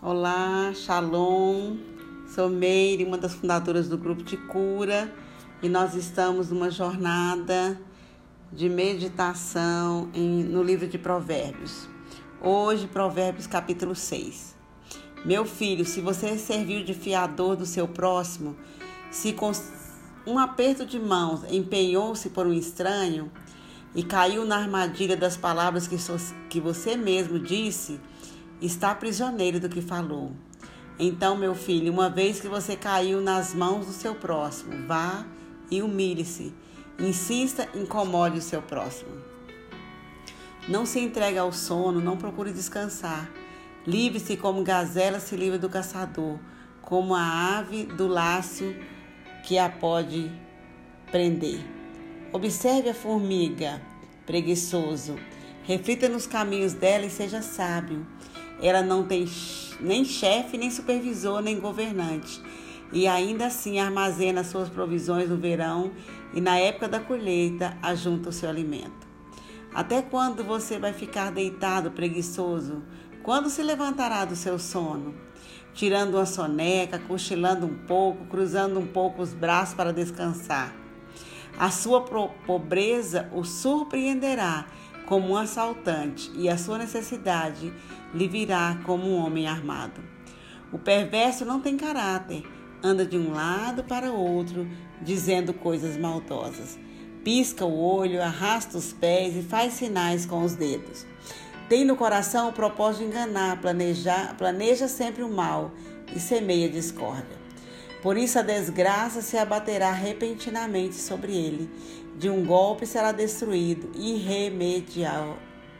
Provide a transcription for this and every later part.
Olá, Shalom, sou Meire, uma das fundadoras do Grupo de Cura, e nós estamos numa jornada de meditação no livro de Provérbios. Hoje, Provérbios capítulo 6. Meu filho, se você serviu de fiador do seu próximo, se com um aperto de mãos empenhou-se por um estranho e caiu na armadilha das palavras que você mesmo disse, está prisioneiro do que falou. Então, meu filho, uma vez que você caiu nas mãos do seu próximo, vá e humilhe-se. Insista, incomode o seu próximo. Não se entregue ao sono, não procure descansar. Livre-se como gazela se livra do caçador, como a ave do laço que a pode prender. Observe a formiga, preguiçoso. Reflita nos caminhos dela e seja sábio. Ela não tem nem chefe, nem supervisor, nem governante. E ainda assim armazena suas provisões no verão e na época da colheita ajunta o seu alimento. Até quando você vai ficar deitado, preguiçoso? Quando se levantará do seu sono? Tirando uma soneca, cochilando um pouco, cruzando um pouco os braços para descansar. A sua pobreza o surpreenderá como um assaltante, e a sua necessidade lhe virá como um homem armado. O perverso não tem caráter, anda de um lado para o outro, dizendo coisas maldosas. Pisca o olho, arrasta os pés e faz sinais com os dedos. Tem no coração o propósito de enganar, planeja sempre o mal e semeia discórdia. Por isso a desgraça se abaterá repentinamente sobre ele. De um golpe será destruído irremediavelmente.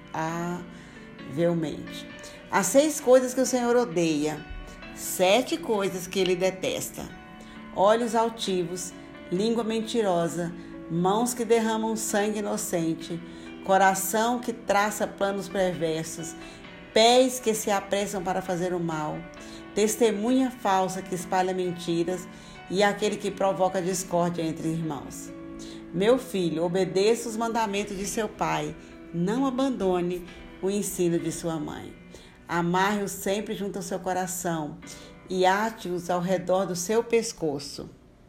Há 6 coisas que o Senhor odeia, 7 coisas que ele detesta: olhos altivos, língua mentirosa, mãos que derramam sangue inocente, coração que traça planos perversos, pés que se apressam para fazer o mal, testemunha falsa que espalha mentiras e aquele que provoca discórdia entre irmãos. Meu filho, obedeça os mandamentos de seu pai, não abandone o ensino de sua mãe. Amarre-os sempre junto ao seu coração e ate-os ao redor do seu pescoço.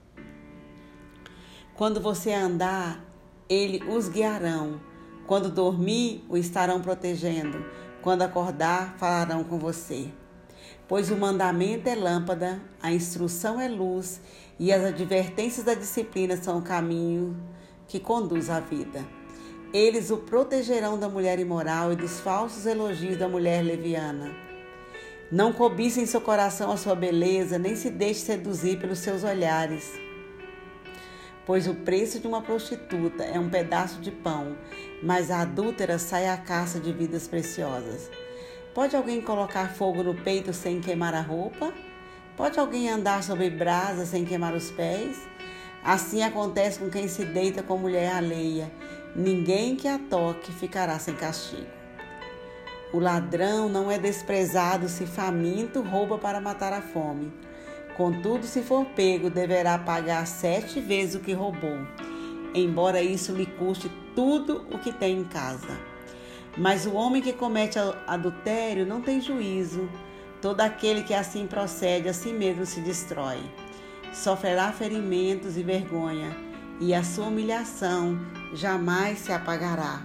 Quando você andar, eles os guiarão. Quando dormir, o estarão protegendo. Quando acordar, falarão com você. Pois o mandamento é lâmpada, a instrução é luz, e as advertências da disciplina são o caminho que conduz à vida. Eles o protegerão da mulher imoral e dos falsos elogios da mulher leviana. Não cobice em seu coração a sua beleza, nem se deixe seduzir pelos seus olhares. Pois o preço de uma prostituta é um pedaço de pão, mas a adúltera sai à caça de vidas preciosas. Pode alguém colocar fogo no peito sem queimar a roupa? Pode alguém andar sobre brasa sem queimar os pés? Assim acontece com quem se deita com mulher alheia. Ninguém que a toque ficará sem castigo. O ladrão não é desprezado se faminto rouba para matar a fome. Contudo, se for pego, deverá pagar 7 vezes o que roubou, embora isso lhe custe tudo o que tem em casa. Mas o homem que comete adultério não tem juízo. Todo aquele que assim procede, a si mesmo se destrói. Sofrerá ferimentos e vergonha, e a sua humilhação jamais se apagará.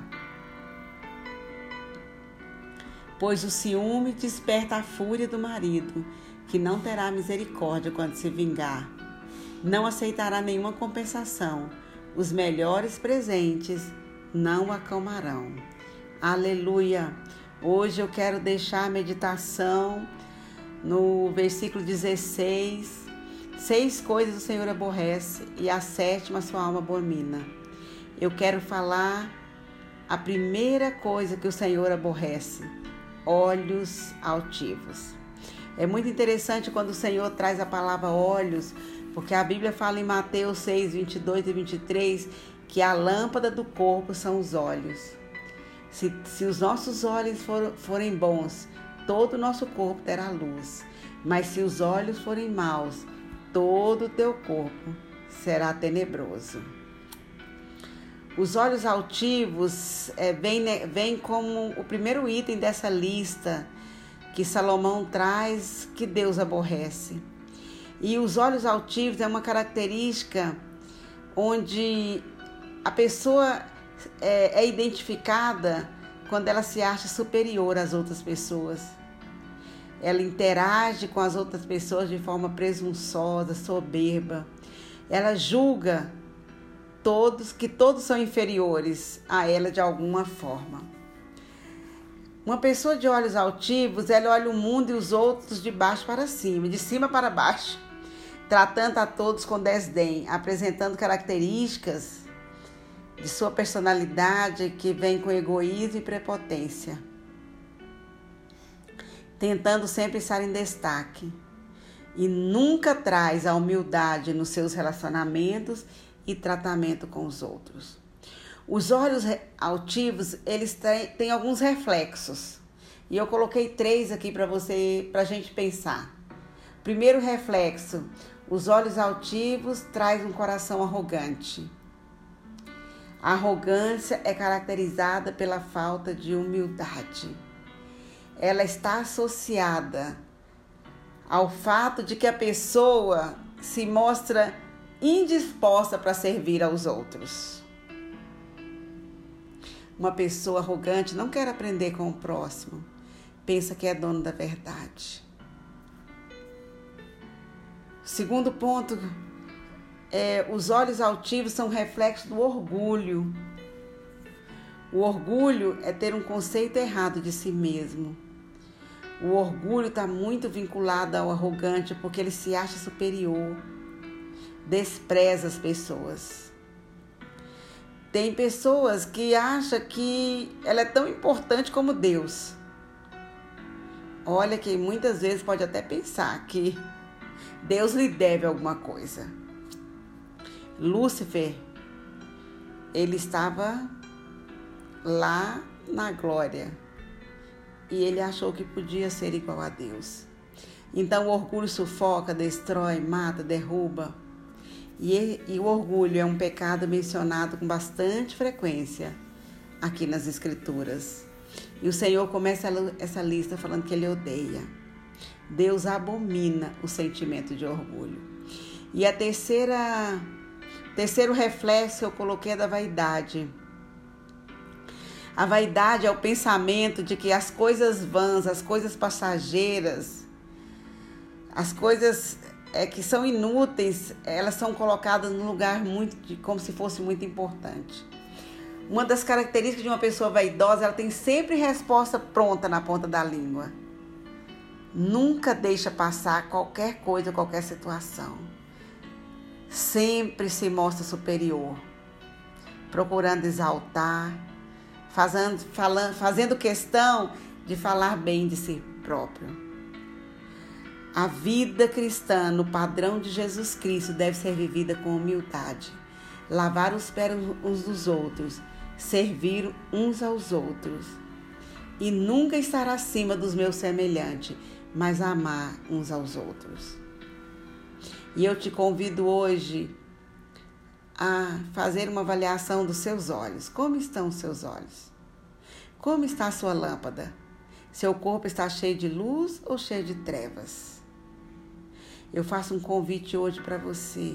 Pois o ciúme desperta a fúria do marido, que não terá misericórdia quando se vingar. Não aceitará nenhuma compensação. Os melhores presentes não o acalmarão. Aleluia! Hoje eu quero deixar a meditação no versículo 16. 6 coisas o Senhor aborrece e a 7ª sua alma abomina. Eu quero falar a primeira coisa que o Senhor aborrece: olhos altivos. É muito interessante quando o Senhor traz a palavra olhos, porque a Bíblia fala em Mateus 6, 22 e 23, que a lâmpada do corpo são os olhos. Se os nossos olhos forem bons, todo o nosso corpo terá luz. Mas se os olhos forem maus, todo o teu corpo será tenebroso. Os olhos altivos vêm como o primeiro item dessa lista que Salomão traz que Deus aborrece. E os olhos altivos é uma característica onde a pessoa é identificada quando ela se acha superior às outras pessoas. Ela interage com as outras pessoas de forma presunçosa, soberba. Ela julga que todos são inferiores a ela de alguma forma. Uma pessoa de olhos altivos, ela olha o mundo e os outros de baixo para cima, de cima para baixo, tratando a todos com desdém, apresentando características de sua personalidade que vem com egoísmo e prepotência, tentando sempre estar em destaque, e nunca traz a humildade nos seus relacionamentos e tratamento com os outros. Os olhos altivos, eles têm alguns reflexos, e eu coloquei 3 aqui para a gente pensar. Primeiro reflexo: os olhos altivos trazem um coração arrogante. A arrogância é caracterizada pela falta de humildade. Ela está associada ao fato de que a pessoa se mostra indisposta para servir aos outros. Uma pessoa arrogante não quer aprender com o próximo, pensa que é dono da verdade. Segundo ponto, os olhos altivos são reflexo do orgulho. O orgulho é ter um conceito errado de si mesmo. O orgulho está muito vinculado ao arrogante porque ele se acha superior, despreza as pessoas. Tem pessoas que acham que ela é tão importante como Deus. Olha que muitas vezes pode até pensar que Deus lhe deve alguma coisa. Lúcifer, ele estava lá na glória e ele achou que podia ser igual a Deus. Então o orgulho sufoca, destrói, mata, derruba. E o orgulho é um pecado mencionado com bastante frequência aqui nas Escrituras. E o Senhor começa essa lista falando que Ele odeia. Deus abomina o sentimento de orgulho. E a terceiro reflexo que eu coloquei é da vaidade. A vaidade é o pensamento de que as coisas vãs, as coisas passageiras, as coisas que são inúteis, elas são colocadas num lugar como se fosse muito importante. Uma das características de uma pessoa vaidosa, ela tem sempre resposta pronta na ponta da língua. Nunca deixa passar qualquer coisa, qualquer situação. Sempre se mostra superior, procurando exaltar, fazendo questão de falar bem de si próprio. A vida cristã, no padrão de Jesus Cristo, deve ser vivida com humildade. Lavar os pés uns dos outros, servir uns aos outros. E nunca estar acima dos meus semelhantes, mas amar uns aos outros. E eu te convido hoje a fazer uma avaliação dos seus olhos. Como estão os seus olhos? Como está a sua lâmpada? Seu corpo está cheio de luz ou cheio de trevas? Eu faço um convite hoje para você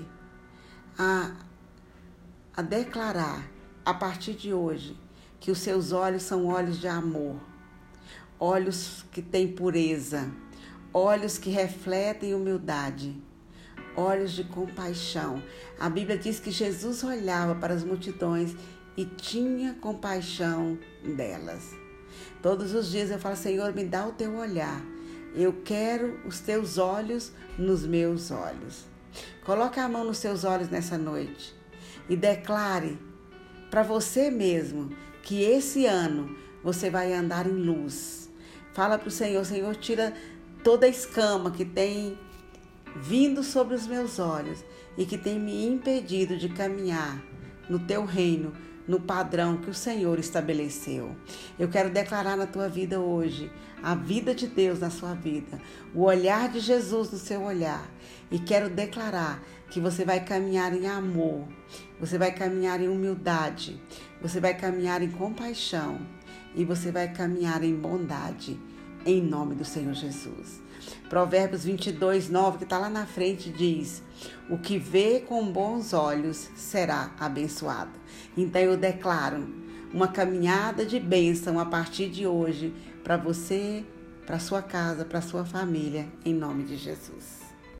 a declarar, a partir de hoje, que os seus olhos são olhos de amor, olhos que têm pureza, olhos que refletem humildade, olhos de compaixão. A Bíblia diz que Jesus olhava para as multidões e tinha compaixão delas. Todos os dias eu falo: Senhor, me dá o teu olhar. Eu quero os teus olhos nos meus olhos. Coloque a mão nos seus olhos nessa noite e declare para você mesmo que esse ano você vai andar em luz. Fala para o Senhor: Senhor, tira toda a escama que tem vindo sobre os meus olhos e que tem me impedido de caminhar no teu reino, no padrão que o Senhor estabeleceu. Eu quero declarar na tua vida hoje a vida de Deus na sua vida, o olhar de Jesus no seu olhar, e quero declarar que você vai caminhar em amor, você vai caminhar em humildade, você vai caminhar em compaixão e você vai caminhar em bondade, em nome do Senhor Jesus. Provérbios 22, 9, que está lá na frente, diz: o que vê com bons olhos será abençoado. Então eu declaro uma caminhada de bênção a partir de hoje para você, para sua casa, para sua família, em nome de Jesus.